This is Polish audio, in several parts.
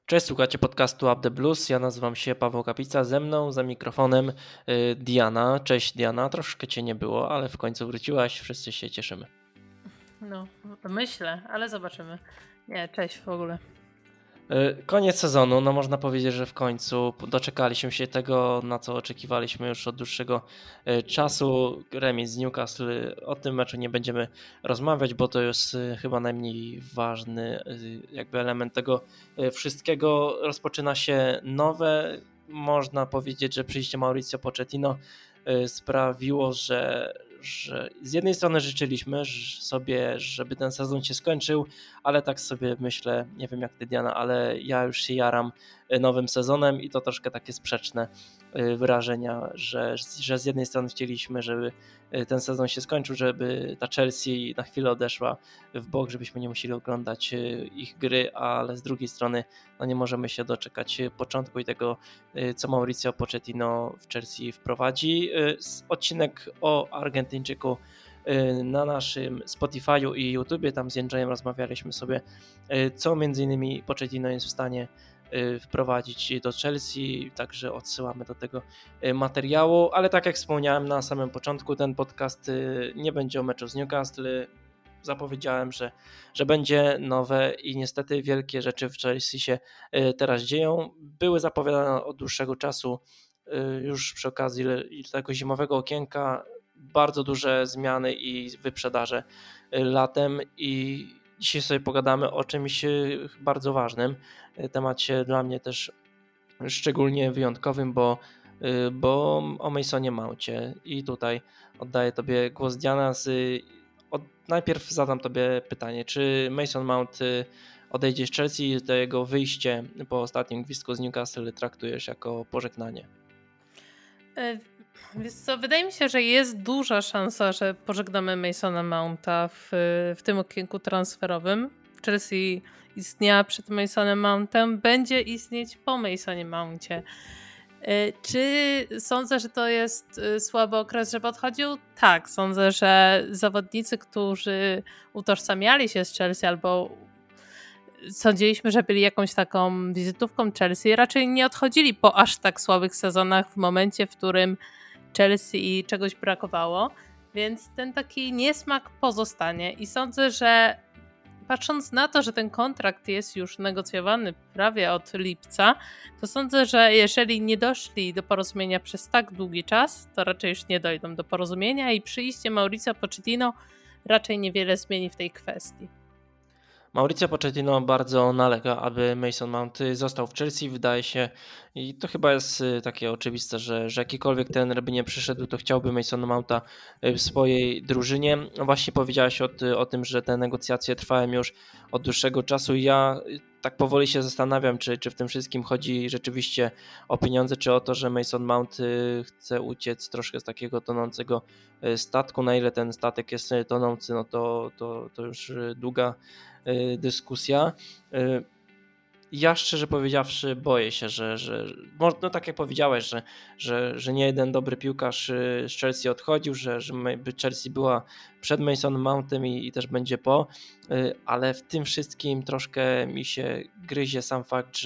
Cześć, słuchacie podcastu Up The Blues. Ja nazywam się Paweł Kapica. Ze mną za mikrofonem Diana. Cześć Diana, troszkę cię nie było, ale w końcu wróciłaś. Wszyscy się cieszymy. No, myślę, ale zobaczymy. Nie, cześć w ogóle. Koniec sezonu, no można powiedzieć, że w końcu doczekaliśmy się tego, na co oczekiwaliśmy już od dłuższego czasu. Remis z Newcastle, o tym meczu nie będziemy rozmawiać, bo to jest chyba najmniej ważny jakby element tego wszystkiego. Rozpoczyna się nowe, można powiedzieć, że przyjście Mauricio Pochettino sprawiło, że z jednej strony życzyliśmy sobie, żeby ten sezon się skończył, ale tak sobie myślę, nie wiem jak ty Diana, ale ja już się jaram nowym sezonem i to troszkę takie sprzeczne wyrażenia, że z jednej strony chcieliśmy, żeby ten sezon się skończył, żeby ta Chelsea na chwilę odeszła w bok, żebyśmy nie musieli oglądać ich gry, ale z drugiej strony no nie możemy się doczekać początku i tego, co Mauricio Pochettino w Chelsea wprowadzi. Odcinek o Argentyńczyku na naszym Spotify'u i YouTubie, tam z Jędrzejem rozmawialiśmy sobie, co między innymi Pochettino jest w stanie wprowadzić do Chelsea, także odsyłamy do tego materiału, ale tak jak wspomniałem na samym początku, ten podcast nie będzie o meczu z Newcastle. Zapowiedziałem, że będzie nowe i niestety wielkie rzeczy w Chelsea się teraz dzieją. Były zapowiadane od dłuższego czasu już przy okazji tego zimowego okienka bardzo duże zmiany i wyprzedaże latem i dzisiaj sobie pogadamy o czymś bardzo ważnym, temacie dla mnie też szczególnie wyjątkowym, bo o Masonie Mouncie i tutaj oddaję tobie głos Diana. Najpierw zadam tobie pytanie, czy Mason Mount odejdzie z Chelsea, to jego wyjście po ostatnim gwizdku z Newcastle traktujesz jako pożegnanie? Wiesz co, wydaje mi się, że jest duża szansa, że pożegnamy Masona Mounta w tym okienku transferowym. Chelsea istniała przed Masonem Mountem, będzie istnieć po Masonie Mouncie. Czy sądzę, że to jest słaby okres, żeby odchodził? Tak, sądzę, że zawodnicy, którzy utożsamiali się z Chelsea albo sądziliśmy, że byli jakąś taką wizytówką Chelsea, raczej nie odchodzili po aż tak słabych sezonach w momencie, w którym Chelsea czegoś brakowało, więc ten taki niesmak pozostanie i sądzę, że patrząc na to, że ten kontrakt jest już negocjowany prawie od lipca, to sądzę, że jeżeli nie doszli do porozumienia przez tak długi czas, to raczej już nie dojdą do porozumienia i przyjście Mauricio Pochettino raczej niewiele zmieni w tej kwestii. Mauricio Pochettino bardzo nalega, aby Mason Mount został w Chelsea. Wydaje się, i to chyba jest takie oczywiste, że jakikolwiek trener by nie przyszedł, to chciałby Masona Mounta w swojej drużynie. Właśnie powiedziałaś o tym, że te negocjacje trwają już od dłuższego czasu i ja tak powoli się zastanawiam, czy w tym wszystkim chodzi rzeczywiście o pieniądze, czy o to, że Mason Mount chce uciec troszkę z takiego tonącego statku. Na ile ten statek jest tonący, no to już długa dyskusja. Ja szczerze powiedziawszy boję się, że no tak jak powiedziałeś, że nie jeden dobry piłkarz z Chelsea odchodził, że Chelsea była przed Masonem Mountem i też będzie po, ale w tym wszystkim troszkę mi się gryzie sam fakt,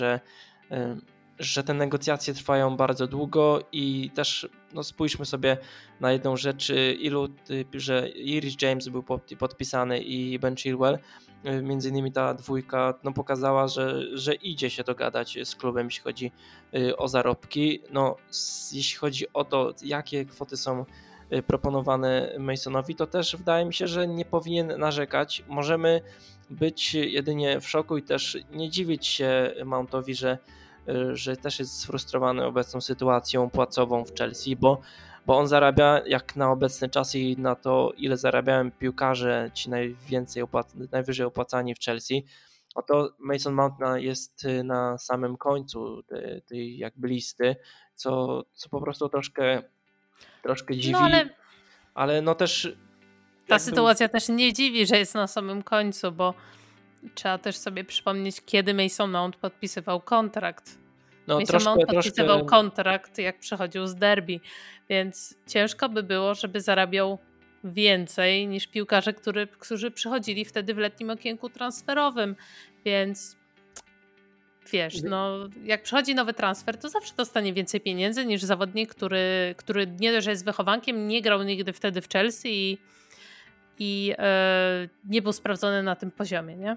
że te negocjacje trwają bardzo długo i też no spójrzmy sobie na jedną rzecz, że Reece James był podpisany i Ben Chilwell, między innymi ta dwójka no pokazała, że idzie się dogadać z klubem, jeśli chodzi o zarobki. No, jeśli chodzi o to, jakie kwoty są proponowane Masonowi, to też wydaje mi się, że nie powinien narzekać. Możemy być jedynie w szoku i też nie dziwić się Mountowi, że też jest sfrustrowany obecną sytuacją płacową w Chelsea, bo on jak na obecne czasy i na to, ile zarabiają piłkarze, ci najwyżej opłacani w Chelsea, to Mason Mount jest na samym końcu tej jakby listy, co po prostu troszkę dziwi, No ale no też ta sytuacja też nie dziwi, że jest na samym końcu, bo trzeba też sobie przypomnieć, kiedy Mason Mount podpisywał kontrakt. No, Mason Mount podpisywał kontrakt, jak przychodził z derby, więc ciężko by było, żeby zarabiał więcej niż piłkarze, którzy przychodzili wtedy w letnim okienku transferowym, więc wiesz, no jak przychodzi nowy transfer, to zawsze dostanie więcej pieniędzy niż zawodnik, który nie dość, że jest wychowankiem, nie grał nigdy wtedy w Chelsea i nie był sprawdzony na tym poziomie, nie?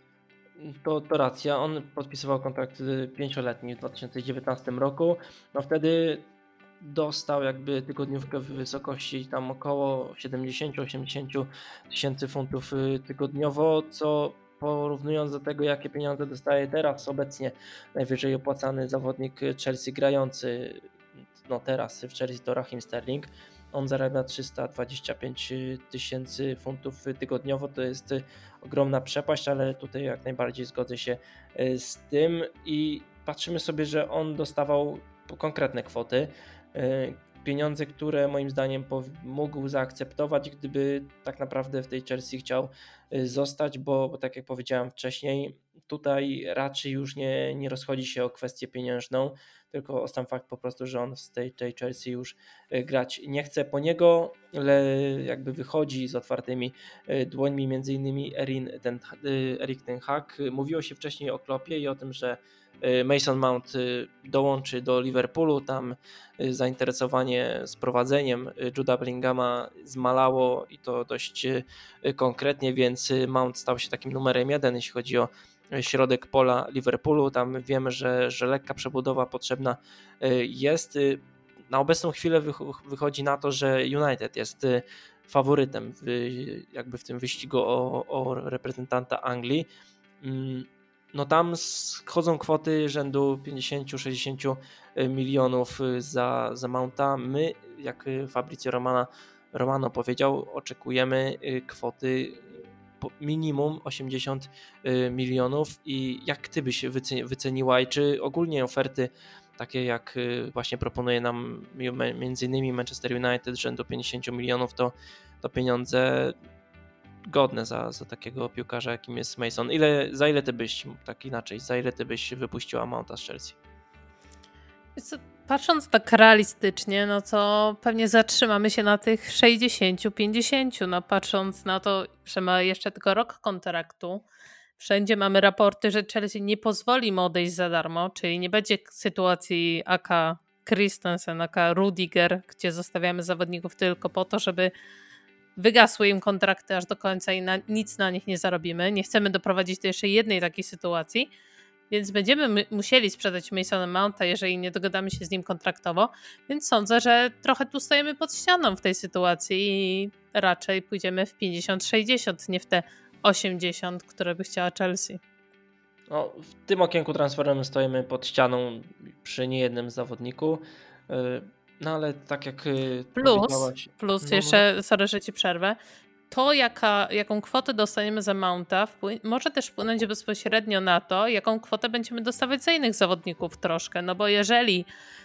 To racja, on podpisywał kontrakt 5-letni w 2019 roku, no wtedy dostał jakby tygodniówkę w wysokości tam około 70-80 tysięcy funtów tygodniowo, co porównując do tego, jakie pieniądze dostaje teraz obecnie najwyżej opłacany zawodnik Chelsea grający no teraz w Chelsea to Raheem Sterling. On zarabia 325 tysięcy funtów tygodniowo, to jest ogromna przepaść, ale tutaj jak najbardziej zgodzę się z tym i patrzymy sobie, że on dostawał konkretne kwoty, pieniądze, które moim zdaniem mógł zaakceptować, gdyby tak naprawdę w tej Chelsea chciał zostać, bo tak jak powiedziałem wcześniej, tutaj raczej już nie rozchodzi się o kwestię pieniężną, tylko o sam fakt po prostu, że on z tej Chelsea już grać nie chce. Po niego jakby wychodzi z otwartymi dłońmi między innymi Erik ten Hag. Mówiło się wcześniej o Kloppie i o tym, że Mason Mount dołączy do Liverpoolu, tam zainteresowanie sprowadzeniem Juda Bellinghama zmalało i to dość konkretnie, więc Mount stał się takim numerem 1, jeśli chodzi o środek pola Liverpoolu. Tam wiemy, że lekka przebudowa potrzebna jest. Na obecną chwilę wychodzi na to, że United jest faworytem jakby w tym wyścigu o reprezentanta Anglii. No tam schodzą kwoty rzędu 50-60 milionów za Mounta. My, jak Fabrizio Romano powiedział, oczekujemy kwoty minimum 80 milionów i jak ty byś wyceniła i czy ogólnie oferty takie jak właśnie proponuje nam między innymi Manchester United rzędu 50 milionów to pieniądze godne za takiego piłkarza jakim jest Mason. Za ile ty byś, tak inaczej, za ile ty byś wypuściła Mounta z Chelsea? Patrząc tak realistycznie, no to pewnie zatrzymamy się na tych 60-50. No patrząc na to, że ma jeszcze tylko rok kontraktu, wszędzie mamy raporty, że Chelsea nie pozwoli mu odejść za darmo, czyli nie będzie sytuacji aka Christensen, aka Rudiger, gdzie zostawiamy zawodników tylko po to, żeby wygasły im kontrakty aż do końca i nic na nich nie zarobimy. Nie chcemy doprowadzić do jeszcze jednej takiej sytuacji, więc będziemy musieli sprzedać Masona Mounta, jeżeli nie dogadamy się z nim kontraktowo, więc sądzę, że trochę tu stajemy pod ścianą w tej sytuacji i raczej pójdziemy w 50-60, nie w te 80, które by chciała Chelsea. No, w tym okienku transferowym stoimy pod ścianą przy niejednym zawodniku, no ale tak jak powiedziałaś... Plus jeszcze, sorry, że ci przerwę, to jaką kwotę dostaniemy za Mounta może też wpłynąć bezpośrednio na to, jaką kwotę będziemy dostawać za innych zawodników troszkę, no bo jeżeli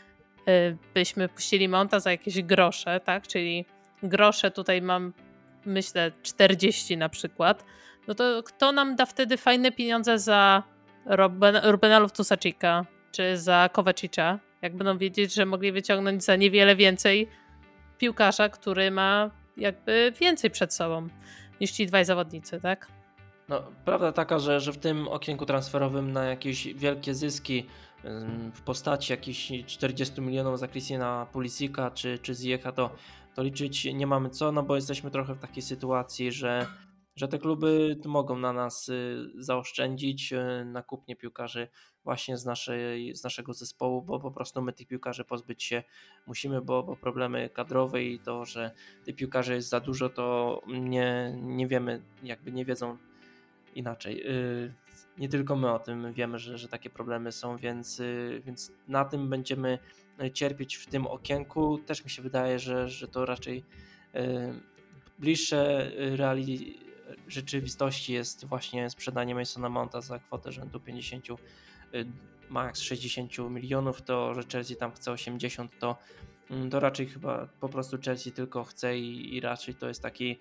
byśmy puścili Mounta za jakieś grosze, tak, czyli grosze tutaj mam, myślę, 40 na przykład, no to kto nam da wtedy fajne pieniądze za Rubena Loftusa-Cheeka czy za Kovacic'a, jak będą wiedzieć, że mogli wyciągnąć za niewiele więcej piłkarza, który ma jakby więcej przed sobą niż ci dwaj zawodnicy, tak? No, prawda taka, że w tym okienku transferowym na jakieś wielkie zyski w postaci jakichś 40 milionów za Christiana Pulisic'a czy Ziyech'a to liczyć nie mamy co, no bo jesteśmy trochę w takiej sytuacji, że te kluby mogą na nas zaoszczędzić na kupnie piłkarzy właśnie z naszego zespołu, bo po prostu my tych piłkarzy pozbyć się musimy, bo problemy kadrowe i to, że tych piłkarzy jest za dużo, to nie wiemy, jakby nie wiedzą inaczej. Nie tylko my o tym wiemy, że takie problemy są, więc na tym będziemy cierpieć w tym okienku. Też mi się wydaje, że to raczej bliższe rzeczywistości jest właśnie sprzedanie Masona Mounta za kwotę rzędu 50, max 60 milionów, to że Chelsea tam chce 80, to raczej chyba po prostu Chelsea tylko chce i raczej to jest taki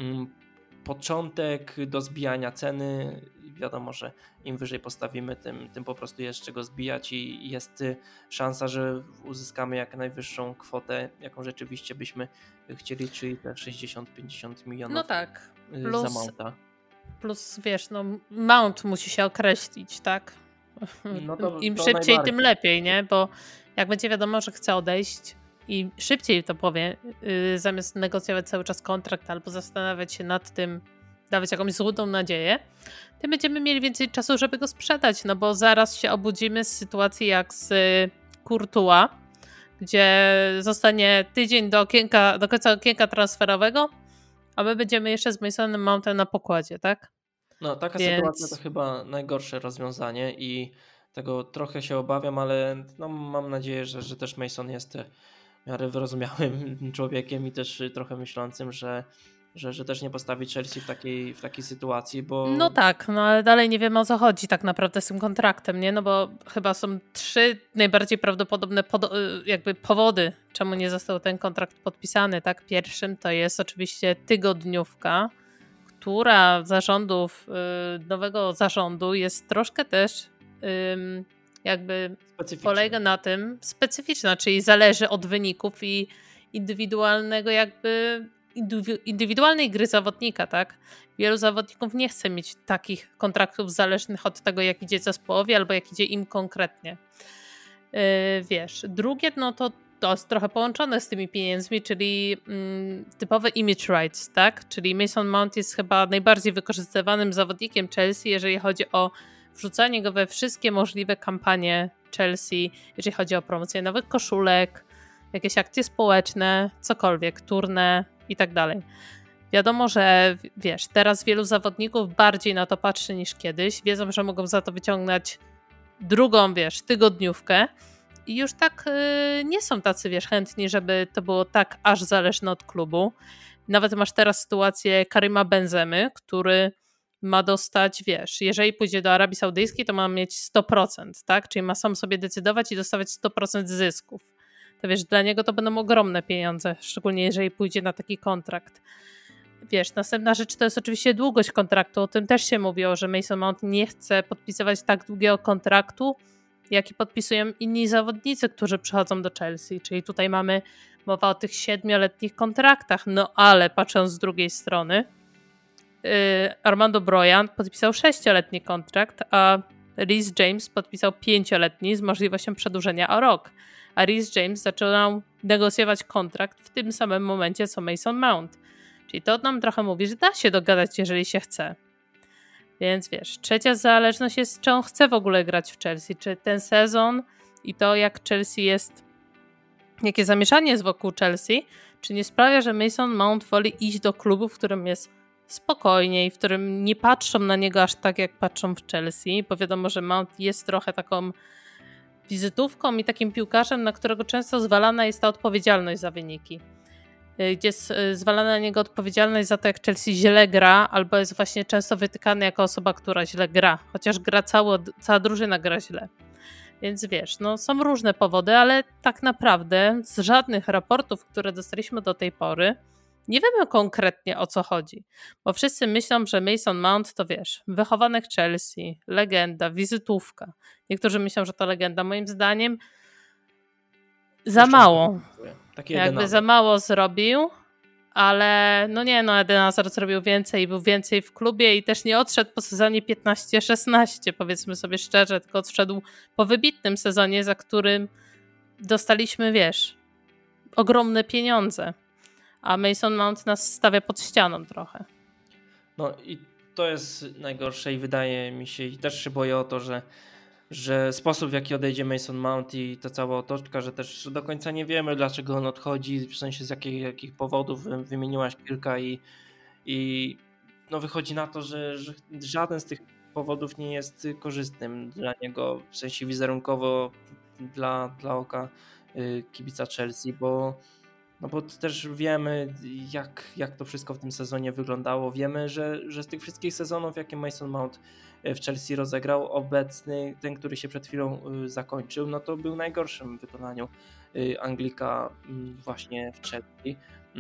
początek do zbijania ceny. Wiadomo, że im wyżej postawimy, tym po prostu jest czego zbijać i jest szansa, że uzyskamy jak najwyższą kwotę, jaką rzeczywiście byśmy chcieli, czyli te 60-50 milionów. No tak. Za Mounta. Plus wiesz, no Mount musi się określić, tak? No Im to szybciej, tym najbardziej. lepiej, nie? Bo jak będzie wiadomo, że chce odejść i szybciej to powie, zamiast negocjować cały czas kontrakt albo zastanawiać się nad tym, dawać jakąś złudną nadzieję, tym będziemy mieli więcej czasu, żeby go sprzedać, no bo zaraz się obudzimy z sytuacji jak z Courtois, gdzie zostanie tydzień do końca okienka transferowego, a my będziemy jeszcze z Masonem Mountem na pokładzie, tak? No, taka sytuacja to Więc chyba najgorsze rozwiązanie i tego trochę się obawiam, ale no, mam nadzieję, że też Mason jest w miarę wyrozumiałym człowiekiem i też trochę myślącym, że też nie postawi Chelsea w takiej sytuacji, bo no tak, no ale dalej nie wiemy, o co chodzi tak naprawdę z tym kontraktem, nie? No bo chyba są 3 najbardziej prawdopodobne jakby powody, czemu nie został ten kontrakt podpisany, tak? Pierwszym to jest oczywiście tygodniówka, która nowego zarządu jest troszkę też jakby specyficzny. polega na tym specyficzna, czyli zależy od wyników i indywidualnego indywidualnej gry zawodnika, tak? Wielu zawodników nie chce mieć takich kontraktów zależnych od tego, jak idzie zespołowi albo jak idzie im konkretnie. Wiesz, drugie, no to jest trochę połączone z tymi pieniędzmi, czyli typowe image rights, tak? Czyli Mason Mount jest chyba najbardziej wykorzystywanym zawodnikiem Chelsea, jeżeli chodzi o wrzucanie go we wszystkie możliwe kampanie Chelsea, jeżeli chodzi o promocję nowych koszulek, jakieś akcje społeczne, cokolwiek, turne i tak dalej. Wiadomo, że wiesz, teraz wielu zawodników bardziej na to patrzy niż kiedyś. Wiedzą, że mogą za to wyciągnąć drugą, wiesz, tygodniówkę i już tak nie są tacy, wiesz, chętni, żeby to było tak aż zależne od klubu. Nawet masz teraz sytuację Karima Benzemy, który ma dostać, wiesz, jeżeli pójdzie do Arabii Saudyjskiej, to ma mieć 100%, tak? Czyli ma sam sobie decydować i dostawać 100% zysków. To wiesz, dla niego to będą ogromne pieniądze, szczególnie jeżeli pójdzie na taki kontrakt. Wiesz, następna rzecz to jest oczywiście długość kontraktu. O tym też się mówiło, że Mason Mount nie chce podpisywać tak długiego kontraktu, jaki podpisują inni zawodnicy, którzy przychodzą do Chelsea. Czyli tutaj mamy mowa o tych 7-letnich kontraktach. No ale patrząc z drugiej strony, Armando Broja podpisał 6-letni kontrakt, a Reece James podpisał 5-letni z możliwością przedłużenia o rok. A Reece James zaczął negocjować kontrakt w tym samym momencie co Mason Mount. Czyli to nam trochę mówi, że da się dogadać, jeżeli się chce. Więc wiesz, trzecia zależność jest, czy on chce w ogóle grać w Chelsea, czy ten sezon i to jak Chelsea jest, jakie zamieszanie jest wokół Chelsea, czy nie sprawia, że Mason Mount woli iść do klubu, w którym jest spokojniej, w którym nie patrzą na niego aż tak, jak patrzą w Chelsea, bo wiadomo, że Mount jest trochę taką wizytówką i takim piłkarzem, na którego często zwalana jest ta odpowiedzialność za wyniki. Gdzie jest zwalana na niego odpowiedzialność za to, jak Chelsea źle gra, albo jest właśnie często wytykany jako osoba, która źle gra, chociaż cała drużyna gra źle. Więc wiesz, no są różne powody, ale tak naprawdę z żadnych raportów, które dostaliśmy do tej pory, nie wiemy konkretnie, o co chodzi. Bo wszyscy myślą, że Mason Mount to wiesz, wychowanek Chelsea, legenda, wizytówka. Niektórzy myślą, że to legenda. Moim zdaniem za mało. Jakby za mało zrobił, ale no nie, no Eden Hazard zrobił więcej, był więcej w klubie i też nie odszedł po sezonie 15-16, powiedzmy sobie szczerze, tylko odszedł po wybitnym sezonie, za którym dostaliśmy, wiesz, ogromne pieniądze. A Mason Mount nas stawia pod ścianą trochę. No i to jest najgorsze i wydaje mi się, i też się boję o to, że sposób, w jaki odejdzie Mason Mount i ta cała otoczka, że też do końca nie wiemy, dlaczego on odchodzi, w sensie z jakich powodów, wymieniłaś kilka i no wychodzi na to, że żaden z tych powodów nie jest korzystnym dla niego, w sensie wizerunkowo dla oka kibica Chelsea, bo też wiemy, jak to wszystko w tym sezonie wyglądało. Wiemy, że z tych wszystkich sezonów, jakie Mason Mount w Chelsea rozegrał, obecny, ten, który się przed chwilą zakończył, no to był najgorszym w wykonaniu Anglika właśnie w Chelsea.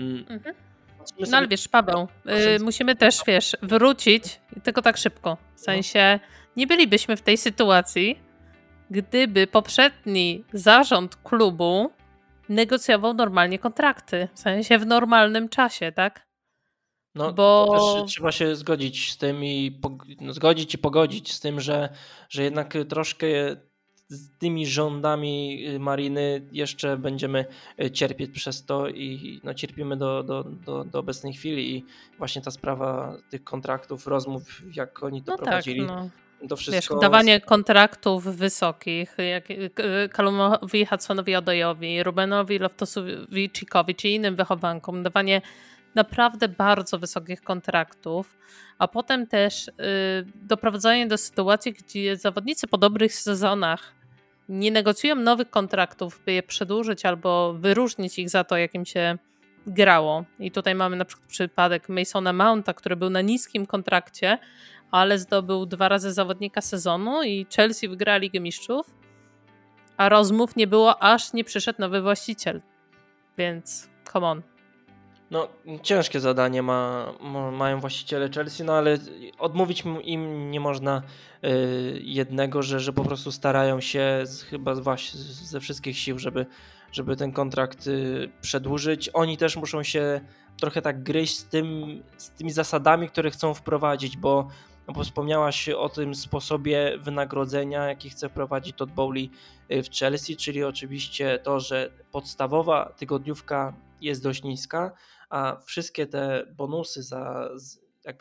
No ale wiesz, Paweł, musimy też, wiesz, wrócić, tylko tak szybko. W sensie nie bylibyśmy w tej sytuacji, gdyby poprzedni zarząd klubu negocjował normalnie kontrakty, w sensie w normalnym czasie, tak? No to też bo trzeba się zgodzić z tym i zgodzić i pogodzić z tym, że jednak troszkę z tymi rządami Mariny jeszcze będziemy cierpieć przez to i no, cierpimy do obecnej chwili i właśnie ta sprawa tych kontraktów, rozmów, jak oni to no tak, prowadzili, no. to Wiesz, wszystko dawanie kontraktów wysokich, jak Calumowi Hudsonowi-Odoyowi, Rubenowi Loftusowi-Cheekowi czy innym wychowankom, dawanie naprawdę bardzo wysokich kontraktów, a potem też doprowadzanie do sytuacji, gdzie zawodnicy po dobrych sezonach nie negocjują nowych kontraktów, by je przedłużyć albo wyróżnić ich za to, jak im się grało. I tutaj mamy na przykład przypadek Masona Mounta, który był na niskim kontrakcie, ale zdobył 2 razy zawodnika sezonu i Chelsea wygrała Ligę Mistrzów, a rozmów nie było, aż nie przyszedł nowy właściciel. Więc come on. no, ciężkie zadanie mają właściciele Chelsea, no ale odmówić im nie można jednego, że po prostu starają się chyba właśnie ze wszystkich sił, żeby ten kontrakt przedłużyć. Oni też muszą się trochę tak gryźć z tymi zasadami, które chcą wprowadzić, bo wspomniałaś o tym sposobie wynagrodzenia, jaki chce wprowadzić Todd Bowley w Chelsea, czyli oczywiście to, że podstawowa tygodniówka jest dość niska, a wszystkie te bonusy jakby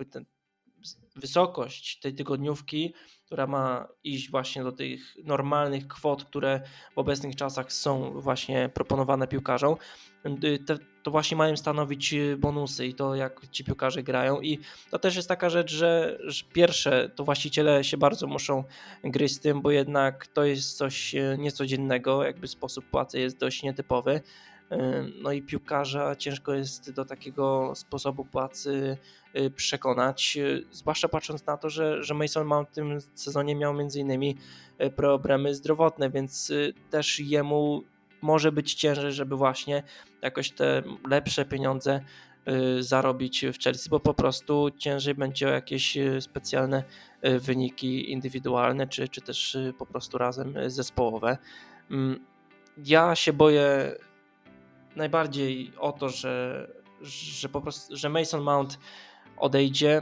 wysokość tej tygodniówki, która ma iść właśnie do tych normalnych kwot, które w obecnych czasach są właśnie proponowane piłkarzom, to właśnie mają stanowić bonusy i to, jak ci piłkarze grają. I to też jest taka rzecz, że pierwsze to właściciele się bardzo muszą gryźć z tym, bo jednak to jest coś niecodziennego, jakby sposób płacy jest dość nietypowy. No i piłkarza ciężko jest do takiego sposobu płacy przekonać, zwłaszcza patrząc na to, że Mason Mount w tym sezonie miał m.in. problemy zdrowotne, więc też jemu może być ciężej, żeby właśnie jakoś te lepsze pieniądze zarobić w Chelsea, bo po prostu ciężej będzie o jakieś specjalne wyniki indywidualne, czy też po prostu razem zespołowe. Ja się boję najbardziej o to, że po prostu, że Mason Mount odejdzie,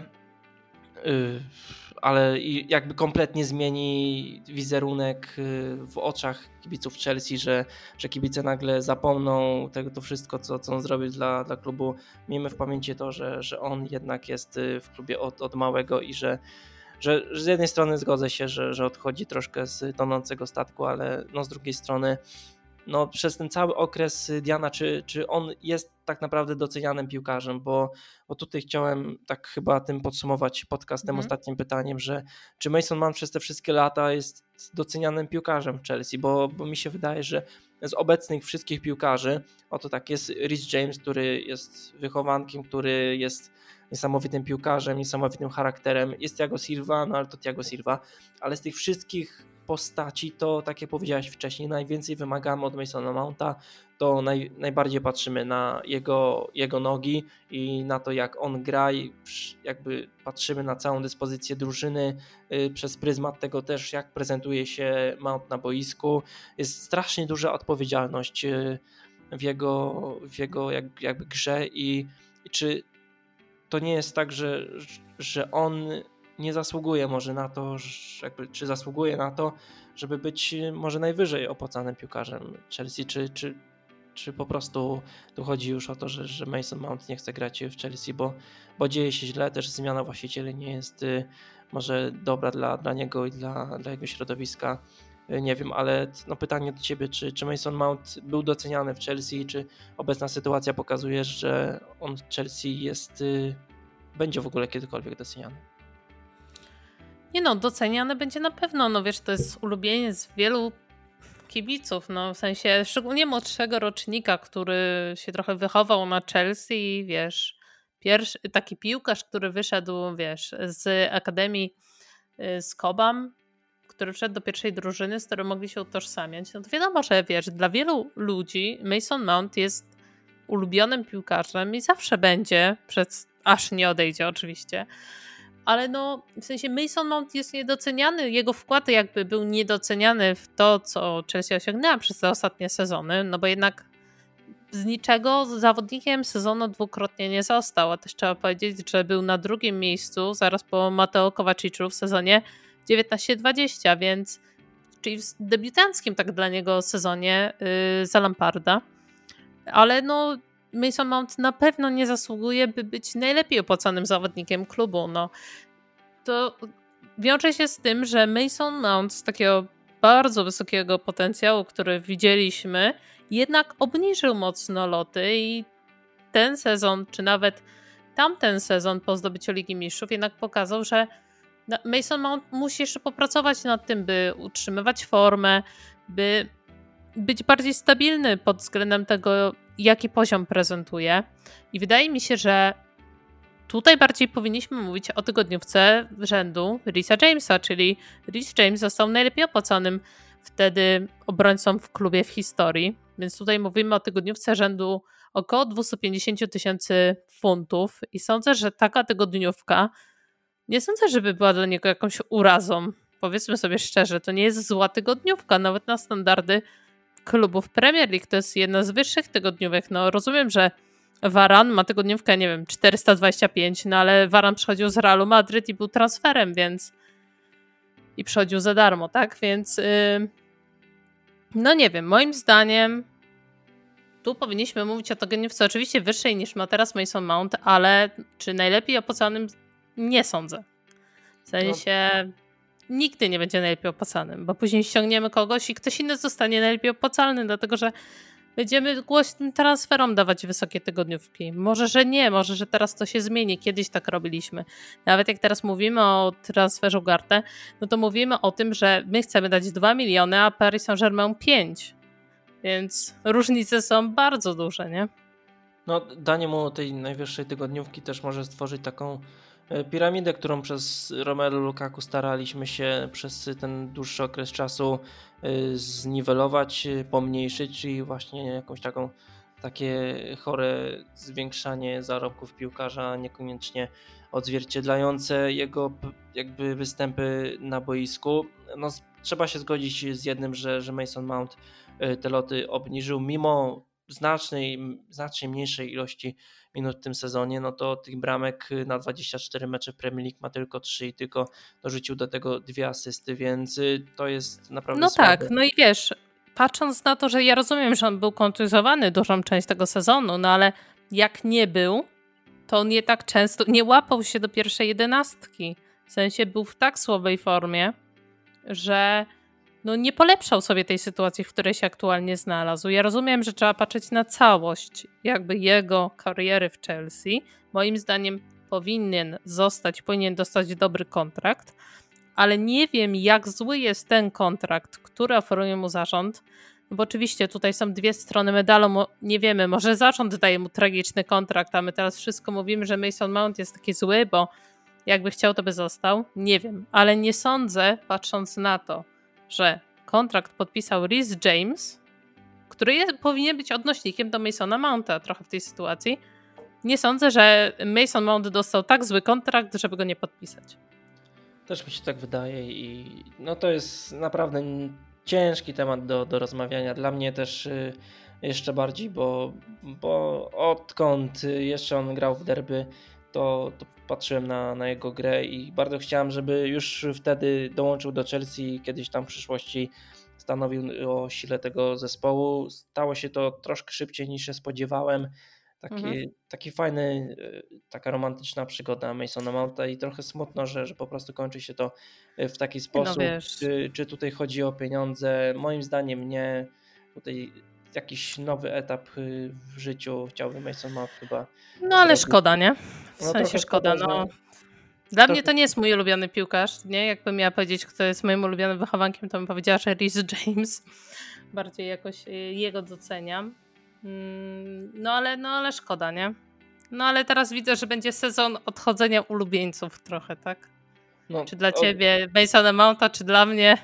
ale jakby kompletnie zmieni wizerunek w oczach kibiców Chelsea, że kibice nagle zapomną to wszystko, co on zrobił dla klubu. Miejmy w pamięci to, że on jednak jest w klubie od małego i że z jednej strony zgodzę się, że odchodzi troszkę z tonącego statku, ale no z drugiej strony no przez ten cały okres Diana, czy on jest tak naprawdę docenianym piłkarzem, bo tutaj chciałem tak chyba tym podsumować podcastem ostatnim pytaniem, że czy Mason Mount przez te wszystkie lata jest docenianym piłkarzem w Chelsea, bo mi się wydaje, że z obecnych wszystkich piłkarzy, oto tak jest Reece James, który jest wychowankiem, który jest niesamowitym piłkarzem, niesamowitym charakterem, jest Thiago Silva, no ale to Thiago Silva, ale z tych wszystkich postaci, to tak jak powiedziałeś wcześniej, najwięcej wymagamy od Masona Mounta, to najbardziej patrzymy na jego nogi i na to, jak on gra i jakby patrzymy na całą dyspozycję drużyny przez pryzmat tego też, jak prezentuje się Mount na boisku. Jest strasznie duża odpowiedzialność w jego jakby grze i czy to nie jest tak, że on nie zasługuje może na to, czy zasługuje na to, żeby być może najwyżej opłacanym piłkarzem Chelsea, czy po prostu tu chodzi już o to, że Mason Mount nie chce grać w Chelsea, bo dzieje się źle, też zmiana właścicieli nie jest może dobra dla niego i dla jego środowiska. Nie wiem, ale no pytanie do ciebie, czy Mason Mount był doceniany w Chelsea, czy obecna sytuacja pokazuje, że on w Chelsea będzie w ogóle kiedykolwiek doceniany? Nie no, doceniany będzie na pewno, no wiesz, to jest ulubieniec wielu kibiców, no w sensie szczególnie młodszego rocznika, który się trochę wychował na Chelsea, wiesz, pierwszy taki piłkarz, który wyszedł, wiesz, z Akademii z Cobham, który wszedł do pierwszej drużyny, z którą mogli się utożsamiać, no to wiadomo, że wiesz, dla wielu ludzi Mason Mount jest ulubionym piłkarzem i zawsze będzie, aż nie odejdzie oczywiście, ale no w sensie Mason Mount jest niedoceniany, jego wkład jakby był niedoceniany w to, co Chelsea osiągnęła przez te ostatnie sezony, no bo jednak z niczego zawodnikiem sezonu dwukrotnie nie został, a też trzeba powiedzieć, że był na drugim miejscu zaraz po Mateo Kovaciczu w sezonie 19-20, więc czyli w debiutanckim tak dla niego sezonie za Lamparda, ale no Mason Mount na pewno nie zasługuje, by być najlepiej opłacanym zawodnikiem klubu. No, to wiąże się z tym, że Mason Mount z takiego bardzo wysokiego potencjału, który widzieliśmy, jednak obniżył mocno loty i ten sezon, czy nawet tamten sezon po zdobyciu Ligi Mistrzów jednak pokazał, że Mason Mount musi jeszcze popracować nad tym, by utrzymywać formę, by być bardziej stabilny pod względem tego, jaki poziom prezentuje. I wydaje mi się, że tutaj bardziej powinniśmy mówić o tygodniówce rzędu Reesa Jamesa, czyli Reese James został najlepiej opłacanym wtedy obrońcą w klubie w historii. Więc tutaj mówimy o tygodniówce rzędu około 250 000 funtów i sądzę, że taka tygodniówka, nie sądzę, żeby była dla niego jakąś urazą. Powiedzmy sobie szczerze, to nie jest zła tygodniówka, nawet na standardy klubów Premier League. To jest jedna z wyższych tygodniówek. No rozumiem, że Varane ma tygodniówkę, nie wiem, 425, no ale Varane przychodził z Realu Madryt i był transferem, więc i przychodził za darmo, tak? Więc no nie wiem, moim zdaniem tu powinniśmy mówić o tygodniówce oczywiście wyższej niż ma teraz Mason Mount, ale czy najlepiej opłacanym? Nie sądzę. W sensie nigdy nie będzie najlepiej opłacanym, bo później ściągniemy kogoś i ktoś inny zostanie najlepiej opłacalny, dlatego że będziemy głośnym transferom dawać wysokie tygodniówki. Może, że nie, może, że teraz to się zmieni. Kiedyś tak robiliśmy. Nawet jak teraz mówimy o transferze Ugarte, no to mówimy o tym, że my chcemy dać 2 miliony, a Paris Saint-Germain 5. Więc różnice są bardzo duże, nie? No, danie mu tej najwyższej tygodniówki też może stworzyć taką piramidę, którą przez Romelu Lukaku staraliśmy się przez ten dłuższy okres czasu zniwelować, pomniejszyć, czyli właśnie jakąś takie chore zwiększanie zarobków piłkarza, niekoniecznie odzwierciedlające jego jakby występy na boisku. No, trzeba się zgodzić z jednym, że Mason Mount te loty obniżył mimo znacznie mniejszej ilości minut w tym sezonie, no to tych bramek na 24 mecze w Premier League ma tylko 3 i tylko dorzucił do tego 2 asysty, więc to jest naprawdę no słabe. Tak, no i wiesz, patrząc na to, że ja rozumiem, że on był kontuzjowany dużą część tego sezonu, no ale jak nie był, to on nie tak często nie łapał się do pierwszej 11. W sensie był w tak słabej formie, że no nie polepszał sobie tej sytuacji, w której się aktualnie znalazł. Ja rozumiem, że trzeba patrzeć na całość jakby jego kariery w Chelsea. Moim zdaniem powinien dostać dobry kontrakt, ale nie wiem, jak zły jest ten kontrakt, który oferuje mu zarząd, bo oczywiście tutaj są dwie strony medalu, nie wiemy, może zarząd daje mu tragiczny kontrakt, a my teraz wszystko mówimy, że Mason Mount jest taki zły, bo jakby chciał, to by został. Nie wiem, ale nie sądzę, patrząc na to, że kontrakt podpisał Reese James, który powinien być odnośnikiem do Masona Mounta trochę w tej sytuacji. Nie sądzę, że Mason Mount dostał tak zły kontrakt, żeby go nie podpisać. Też mi się tak wydaje i no to jest naprawdę ciężki temat do rozmawiania. Dla mnie też jeszcze bardziej, bo odkąd jeszcze on grał w derby, to patrzyłem na jego grę i bardzo chciałem, żeby już wtedy dołączył do Chelsea, kiedyś tam w przyszłości stanowił o sile tego zespołu. Stało się to troszkę szybciej niż się spodziewałem. Taki fajny, taka romantyczna przygoda Masona Mounta i trochę smutno, że po prostu kończy się to w taki sposób. No Czy tutaj chodzi o pieniądze? Moim zdaniem nie. Tutaj jakiś nowy etap w życiu chciałby Mason Mount chyba. No ale szkoda, nie? W No, sensie szkoda. No. Dla mnie to nie jest mój ulubiony piłkarz, nie? Jakbym miała powiedzieć, kto jest moim ulubionym wychowankiem, to bym powiedziała, że Reese James. Bardziej jakoś jego doceniam. No ale szkoda, nie? No ale teraz widzę, że będzie sezon odchodzenia ulubieńców trochę, tak? No, czy dla ciebie Masona Mounta, czy dla mnie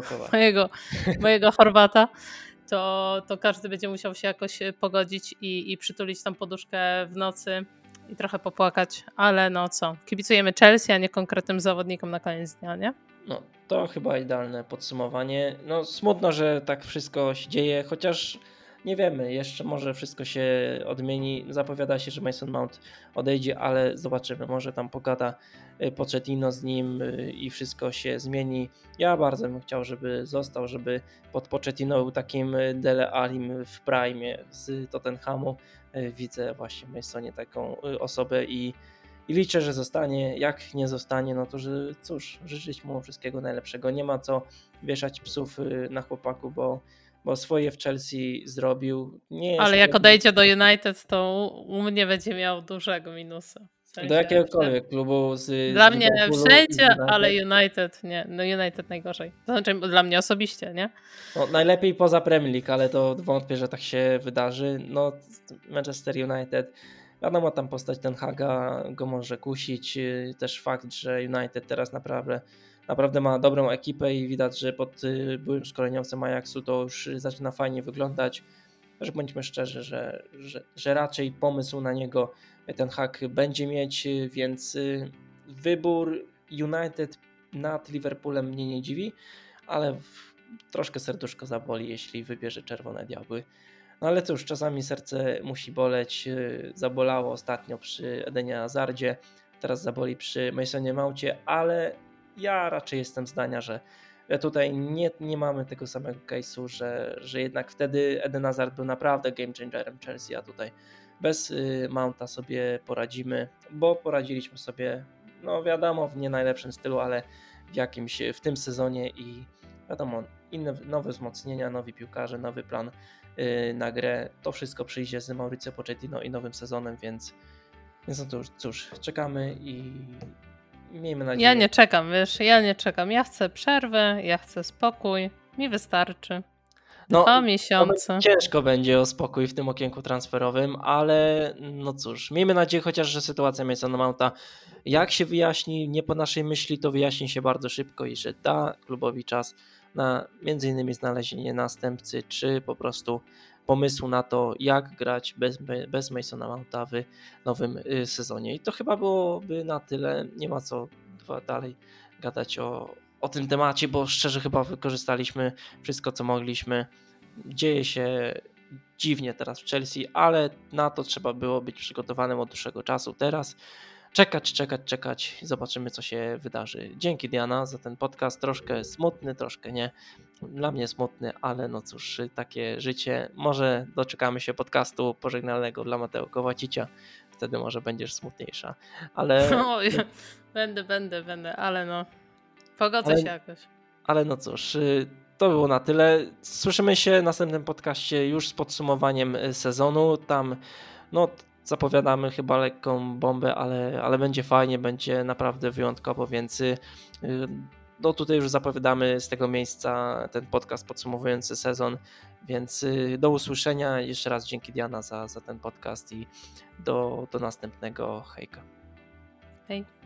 mojego Chorwata, to każdy będzie musiał się jakoś pogodzić i przytulić tam poduszkę w nocy i trochę popłakać, ale no co, kibicujemy Chelsea, a nie konkretnym zawodnikom na koniec dnia, nie? No, to chyba idealne podsumowanie. No, smutno, że tak wszystko się dzieje, chociaż nie wiemy, jeszcze może wszystko się odmieni. Zapowiada się, że Mason Mount odejdzie, ale zobaczymy, może tam pogada Pochettino z nim i wszystko się zmieni. Ja bardzo bym chciał, żeby został, żeby pod Pochettino był takim Dele Allim w prime z Tottenhamu. Widzę właśnie w Masonie taką osobę i liczę, że zostanie. Jak nie zostanie, no to że cóż, życzyć mu wszystkiego najlepszego. Nie ma co wieszać psów na chłopaku, bo swoje w Chelsea zrobił. Nie Ale jest jak odejdzie do United, to u mnie będzie miał dużego minusa. W sensie, do jakiegokolwiek klubu z dla mnie Liverpoolu wszędzie, i z ale United. United nie. No United najgorzej. To znaczy dla mnie osobiście, nie? No, najlepiej poza Premier League, ale to wątpię, że tak się wydarzy. No, Manchester United, wiadomo, tam postać Ten Haga go może kusić. Też fakt, że United teraz naprawdę ma dobrą ekipę i widać, że pod byłym szkoleniowcem Ajaxu to już zaczyna fajnie wyglądać. Też bądźmy szczerzy, że raczej pomysł na niego Ten Hag będzie mieć, więc wybór United nad Liverpoolem mnie nie dziwi, ale troszkę serduszko zaboli, jeśli wybierze Czerwone Diabły. No ale cóż, czasami serce musi boleć. Zabolało ostatnio przy Edenie Hazardzie, teraz zaboli przy Masonie Mouncie, ale ja raczej jestem zdania, że tutaj nie mamy tego samego case'u, że jednak wtedy Eden Hazard był naprawdę game changerem Chelsea, a tutaj bez Mounta sobie poradzimy, bo poradziliśmy sobie, no wiadomo, w nie najlepszym stylu, ale w tym sezonie i wiadomo, nowe wzmocnienia, nowi piłkarze, nowy plan na grę, to wszystko przyjdzie z Mauricio Pochettino i nowym sezonem, więc no to cóż, czekamy i miejmy nadzieję. Ja nie czekam, wiesz, ja chcę przerwę, ja chcę spokój, mi wystarczy. 2 miesiące. Ciężko będzie o spokój w tym okienku transferowym, ale no cóż, miejmy nadzieję chociaż, że sytuacja Masona Mounta jak się wyjaśni, nie po naszej myśli, to wyjaśni się bardzo szybko i że da klubowi czas na między innymi znalezienie następcy, czy po prostu pomysłu na to, jak grać bez Masona Mounta w nowym sezonie. I to chyba byłoby na tyle. Nie ma co dalej gadać o tym temacie, bo szczerze chyba wykorzystaliśmy wszystko, co mogliśmy. Dzieje się dziwnie teraz w Chelsea, ale na to trzeba było być przygotowanym od dłuższego czasu. Teraz czekać. Zobaczymy, co się wydarzy. Dzięki, Diana, za ten podcast. Troszkę smutny, troszkę nie. Dla mnie smutny, ale no cóż, takie życie. Może doczekamy się podcastu pożegnalnego dla Mateo Kowacicia. Wtedy może będziesz smutniejsza. Ale... Oj, będę, ale no pogodzę się jakoś. Ale no cóż, to było na tyle. Słyszymy się w następnym podcaście już z podsumowaniem sezonu. Tam no zapowiadamy chyba lekką bombę, ale będzie fajnie, będzie naprawdę wyjątkowo, więc no tutaj już zapowiadamy z tego miejsca ten podcast podsumowujący sezon, więc do usłyszenia. Jeszcze raz dzięki, Diana, za ten podcast i do następnego. Hejka. Hej.